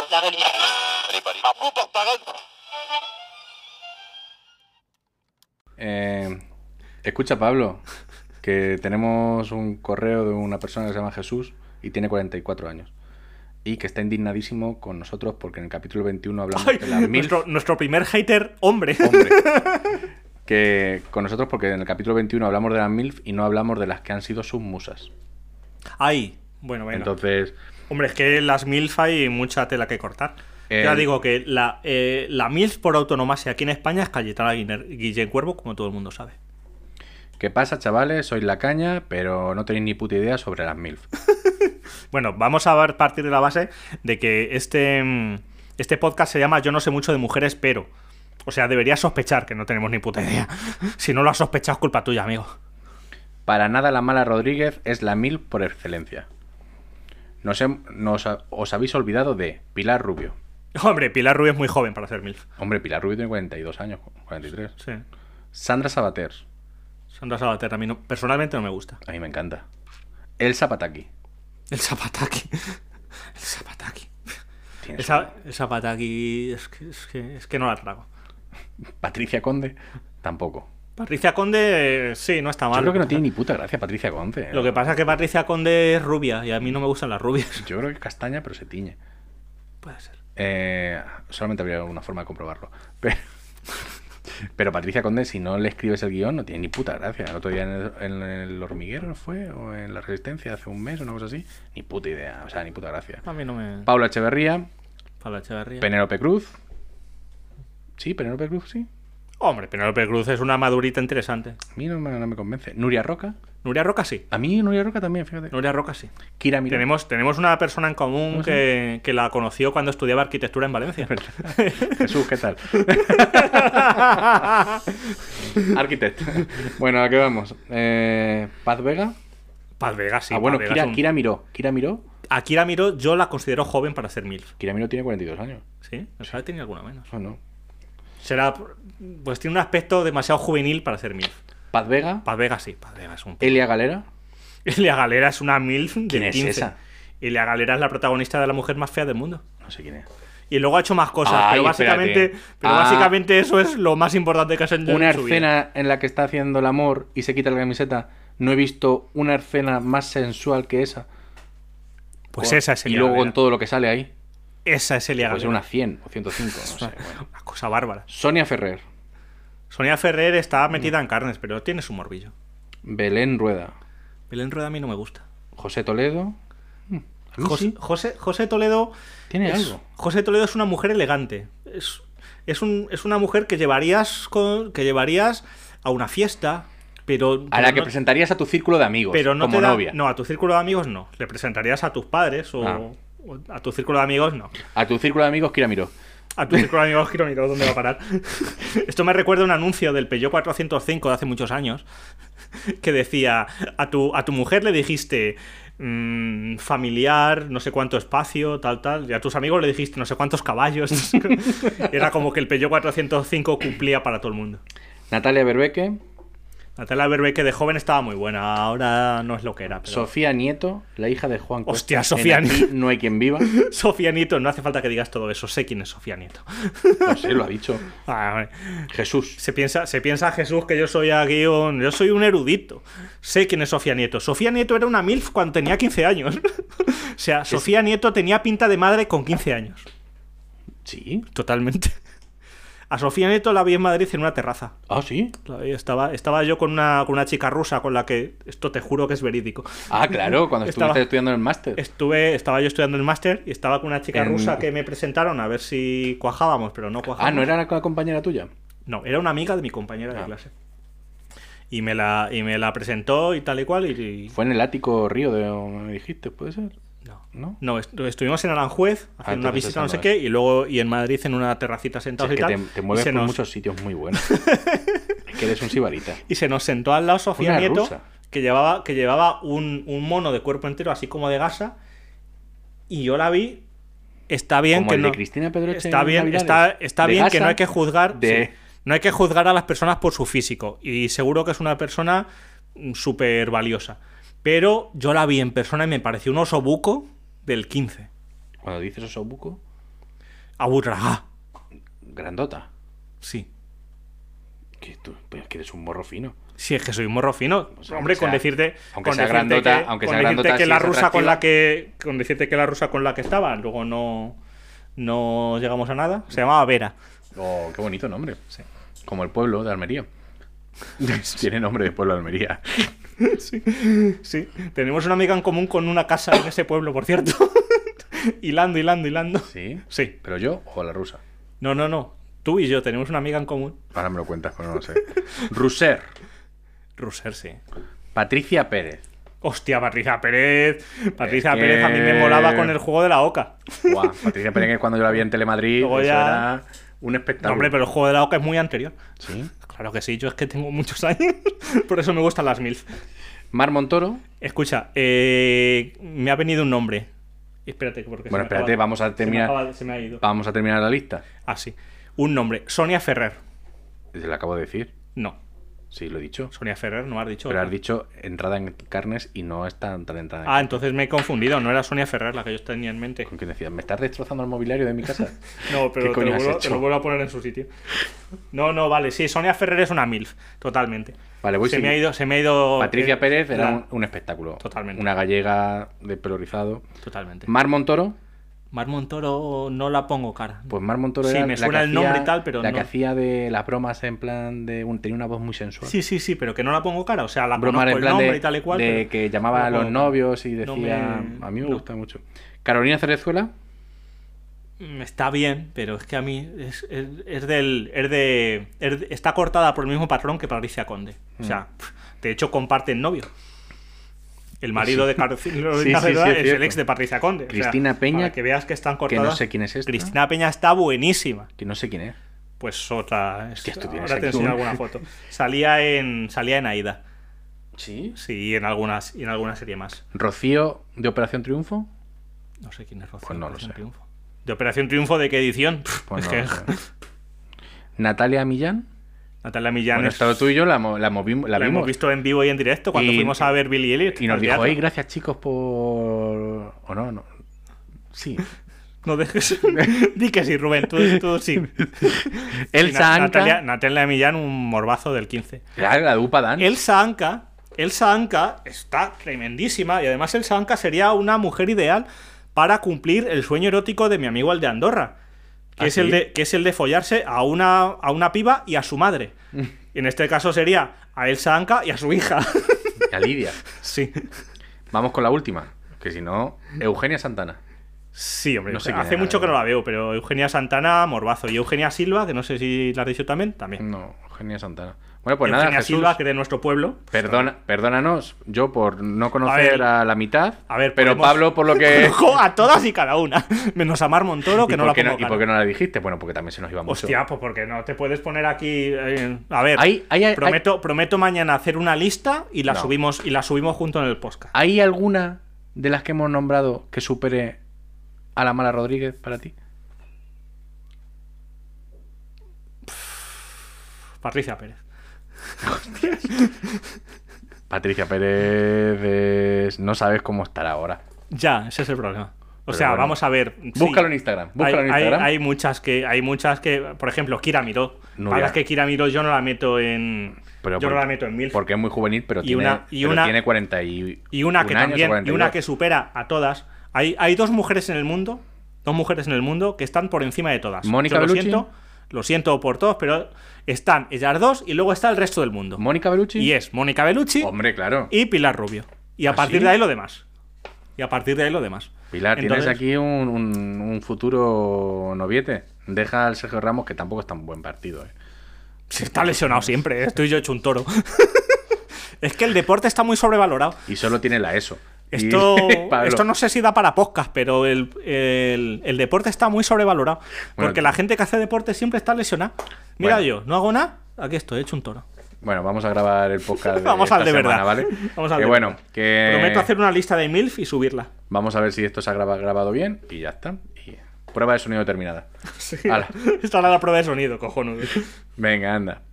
La religion. Escucha, Pablo, que tenemos un correo de una persona que se llama Jesús y tiene 44 años. Y que está indignadísimo con nosotros porque en el capítulo 21 hablamos de las MILF. Nuestro primer hater, hombre. Que con nosotros porque en el capítulo 21 hablamos de las MILF y no hablamos de las que han sido sus musas. Ay, bueno. Entonces... Hombre, es que las MILF hay mucha tela que cortar. Ya digo que la MILF por autonomasia aquí en España es Cayetana Guillén Cuervo, como todo el mundo sabe. ¿Qué pasa, chavales? Sois la caña, pero no tenéis ni puta idea sobre las MILF. Bueno, vamos a partir de la base de que este podcast se llama Yo no sé mucho de mujeres, pero... O sea, deberías sospechar que no tenemos ni puta idea. Si no lo has sospechado, es culpa tuya, amigo. Para nada la mala Rodríguez es la MILF por excelencia. Os habéis olvidado de Pilar Rubio. Hombre, Pilar Rubio es muy joven para ser MILF. Hombre, Pilar Rubio tiene 42 años, 43. Sí. Sandra Sabater. Sandra Sabater a mí personalmente no me gusta. A mí me encanta. Elsa Pataki. El Zapataki. El Zapataki es que no la trago. Patricia Conde, tampoco. Patricia Conde, sí, no está mal. Yo creo que no tiene ni puta gracia Patricia Conde. Lo que pasa es que Patricia Conde es rubia y a mí no me gustan las rubias. Yo creo que es castaña, pero se tiñe. Puede ser. Solamente habría alguna forma de comprobarlo. Pero Patricia Conde, si no le escribes el guión, no tiene ni puta gracia. El otro día en el Hormiguero fue, o en La Resistencia hace un mes, o una cosa así. Ni puta idea, o sea, ni puta gracia. A mí no me... Paula Echeverría. Echeverría. Penélope Cruz. Sí, Penélope Cruz, sí. Hombre, Penélope Cruz es una madurita interesante. A mí no me convence. Nuria Roca. Nuria Roca sí. A mí Nuria Roca también, fíjate. Nuria Roca sí. Kira Miró. Tenemos una persona en común que la conoció cuando estudiaba arquitectura en Valencia. Jesús, ¿qué tal? Arquitecto. Bueno, ¿a qué vamos? Paz Vega. Paz Vega, sí. Bueno, Paz Vega Kira Miró. Kira Miró. A Kira Miró yo la considero joven para ser MILF. Kira Miró tiene 42 años. ¿Sí? O sea, tenía alguna menos. ¿O no? Pues tiene un aspecto demasiado juvenil para ser MILF. Paz Vega. Paz Vega sí. Paz Vega es un... Elia Galera. Elia Galera es una MILF de ¿Quién es 15. esa? Elia Galera es la protagonista de La mujer más fea del mundo. No sé quién es. Y luego ha hecho más cosas, Ay, pero básicamente eso es lo más importante que ha hecho en una su escena vida. en la que está haciendo el amor y se quita la camiseta. No he visto una escena más sensual que esa. Pues esa es Elia Y luego Galera. con todo lo que sale ahí. Esa es Elia Puede ser Galera. una 100 o 105, no sé. Bueno. Una cosa bárbara. Sonia Ferrer. Sonia Ferrer está metida en carnes, pero tiene su morbillo. Belén Rueda. Belén Rueda a mí no me gusta. José Toledo. A mí sí. José Toledo... Tiene algo. José Toledo es una mujer elegante. Es una mujer que llevarías a una fiesta, pero A la que no, presentarías a tu círculo de amigos, pero no como te da, novia. No, a tu círculo de amigos no. Le presentarías a tus padres o a tu círculo de amigos no. A tu círculo de amigos, Kira Miró. A tu círculo de amigos quiero mirar dónde va a parar. Esto me recuerda a un anuncio del Peugeot 405 de hace muchos años que decía, a tu mujer le dijiste familiar, no sé cuánto espacio, tal, y a tus amigos le dijiste no sé cuántos caballos. Era como que el Peugeot 405 cumplía para todo el mundo. Natalia Berbeque. Natalia Berbeque de joven estaba muy buena, ahora no es lo que era. Pero... Sofía Nieto, la hija de Juan Cuesta. Hostia, Sofía En Aquí no hay quien viva. Sofía Nieto, no hace falta que digas todo eso, sé quién es Sofía Nieto. No sé, lo ha dicho. Jesús. Se piensa Jesús que yo soy aquí yo soy un erudito. Sé quién es Sofía Nieto. Sofía Nieto era una MILF cuando tenía 15 años. O sea, Sofía Nieto tenía pinta de madre con 15 años. Sí. Totalmente. A Sofía Nieto la vi en Madrid en una terraza. Ah, sí. Estaba yo con una chica rusa con la que... Esto te juro que es verídico. Ah, claro, cuando estuviste estudiando en el máster. Estaba yo estudiando el máster y estaba con una chica rusa que me presentaron a ver si cuajábamos, pero no cuajábamos. Ah, ¿no era una compañera tuya? No, era una amiga de mi compañera de clase. Y me la presentó y tal y cual. Fue en el ático Río, me dijiste, ¿puede ser? No, estuvimos en Aranjuez haciendo una visita no sé qué y en Madrid en una terracita sentados y tal. Te mueves por muchos sitios muy buenos. Es que eres un sibarita. Y se nos sentó al lado Sofía Nieto, que llevaba un mono de cuerpo entero así como de gasa, y yo la vi. Está bien como que el no. De Cristina Pedroche está bien gasa, que no hay que juzgar. Sí, no hay que juzgar a las personas por su físico. Y seguro que es una persona súper valiosa. Pero yo la vi en persona y me pareció un osobuco del 15. Cuando dices osobuco... Aburragá. Grandota. Sí. Que tú, pues que eres un morro fino. Sí, es que soy un morro fino. O sea, Hombre, con decirte. aunque con sea decirte grandota, que, aunque con sea decirte grandota, que si la es rusa con la atractiva. que. Con decirte que la rusa con la que estaba, luego no llegamos a nada. Se llamaba Vera. Oh, qué bonito nombre. Sí. Como el pueblo de Almería. Tiene nombre de pueblo de Almería. Sí. Tenemos una amiga en común con una casa en ese pueblo, por cierto. hilando. ¿Sí? Sí. ¿Pero yo o la rusa? No. Tú y yo tenemos una amiga en común. Ahora me lo cuentas, pero no lo sé. Ruser. Ruser, sí. Patricia Pérez. Hostia, Patricia Pérez. Patricia Es que- Pérez a mí me molaba con el juego de la oca. Guau, Patricia Pérez, que cuando yo la vi en Telemadrid, Luego eso ya- era un espectáculo. No, hombre, pero el juego de la oca es muy anterior. ¿Sí? Claro que sí, yo es que tengo muchos años. Por eso me gustan las MILF. Mar Montoro. Escucha, me ha venido un nombre. Espérate, porque Bueno, se me espérate, acaba- vamos a terminar. Se me ha ido. Vamos a terminar la lista. Ah, sí. Un nombre. Sonia Ferrer. Se lo acabo de decir. No. Sí, lo he dicho. Sonia Ferrer, no has dicho. Pero otra. has dicho entrada en carnes y no es tan entrada en Ah, entonces me he confundido. No era Sonia Ferrer la que yo tenía en mente. ¿Con quién decías? ¿Me estás destrozando el mobiliario de mi casa? No, pero ¿Qué coño has te hecho? lo vuelvo a poner en su sitio. No, vale. Sí, Sonia Ferrer es una MILF. Totalmente. Vale, voy se me ha ido. Patricia Pérez era la- un espectáculo. Totalmente. Una gallega de pelo rizado. Totalmente. Mar Montoro. Mar Montoro no la pongo cara. Pues Mar Montoro Sí, era me la suena que el nombre hacía- y tal, pero la que no. hacía de las bromas en plan de tenía una voz muy sensual. Sí, pero que no la pongo cara. O sea, la Bromas conozco en el plan nombre de, y tal y cual. de pero que llamaba no a la los pongo cara. novios y decía... No A mí me no. gusta mucho. Carolina Cerezuela. Está bien, pero es que a mí está cortada por el mismo patrón que Patricia Conde. O sea, de hecho comparten novio. El marido de Carolina Sí, Cerezuela sí, es es el cierto. ex de Patricia Conde. O sea, Cristina Peña, para que veas que están Que cortadas. no sé quién es esta. Cristina Peña está buenísima. Que no sé quién es. Pues otra. Hostia, tú tienes Ahora te aquí enseño un- alguna foto. Salía en Aida. ¿Sí? Sí, y en alguna serie más. Rocío de Operación Triunfo. No sé quién es Rocío. Pues no de lo Operación sé. Triunfo. ¿De Operación Triunfo de qué edición? Pues es no que lo sé. Natalia Millán. Natalia Millán Bueno, es- estado tú y yo la vimos. la hemos visto en vivo y en directo cuando Y- fuimos a ver Billy Elliot. Y nos al dijo, teatro. hey, gracias chicos por... ¿O no? Sí. No dejes. Di que sí, Rubén, tú sí. Elsa Anca. Natalia Millán, un morbazo del 15. La Dupa Dan. Elsa Anca está tremendísima y además Elsa Anca sería una mujer ideal para cumplir el sueño erótico de mi amigo el de Andorra, que, ¿Ah, es, sí? que es el de follarse a una piba y a su madre. Y en este caso sería a Elsa Anca y a su hija. A Lidia. Sí. Vamos con la última. Que si no, Eugenia Santana. Sí, hombre, No sé quién hace era, mucho que la no la veo, pero Eugenia Santana, morbazo. Y Eugenia Silva, que no sé si la has dicho también. No, Eugenia Santana. Bueno, pues Eugenia nada, Jesús. Silva, que de nuestro pueblo. Perdónanos, yo por no conocer A a, ver, la mitad, a ver, pero podemos- Pablo por lo que... Ojo a todas y cada una. Menos a Mar Montoro, que ¿Y no por la qué pongo ¿Y cara. por qué no la dijiste? Bueno, porque también se nos iba mucho. Hostia, pues porque no te puedes poner aquí. A ver, Hay- prometo mañana hacer una lista y la No. subimos junto en el podcast. ¿Hay alguna de las que hemos nombrado que supere a la Mala Rodríguez para ti? Patricia Pérez. Patricia Pérez no sabes cómo estará ahora. Ya, ese es el problema. O Pero sea, bueno. vamos a ver. sí. Búscalo en Instagram. Hay muchas que, por ejemplo, Kira Miró. Nuria. Para que Kira Miró yo no la meto en. Pero yo no la meto en MILF. Porque es muy juvenil, pero Y una- tiene 40 Y una que años o también, y 42. una que supera a todas. Hay dos mujeres en el mundo que están por encima de todas. Mónica Yo Bellucci. lo siento por todos, pero están ellas dos y luego está el resto del mundo. ¿Mónica Bellucci? Y es Mónica Bellucci Hombre, claro. y Pilar Rubio. Y a ¿Ah, partir sí? de ahí lo demás. Pilar, tienes Entonces- aquí un futuro noviete. Deja al Sergio Ramos, que tampoco es tan buen partido. Se está lesionado siempre, estoy yo hecho un toro. Es que el deporte está muy sobrevalorado. Y solo tiene la ESO. Y Esto, Pablo, esto no sé si da para podcast, pero el deporte está muy sobrevalorado. Bueno, Porque la gente que hace deporte siempre está lesionada. Mira Bueno. yo, no hago nada, aquí estoy, hecho un toro. Bueno, vamos a grabar el podcast de Vamos al esta de semana, verdad. ¿vale? Vamos al que de bueno, verdad. que... Prometo hacer una lista de MILF y subirla. Vamos a ver si esto se ha grabado bien y ya está. Y prueba de sonido terminada. Hala. Esta era la prueba de sonido, cojonudo. Venga, anda.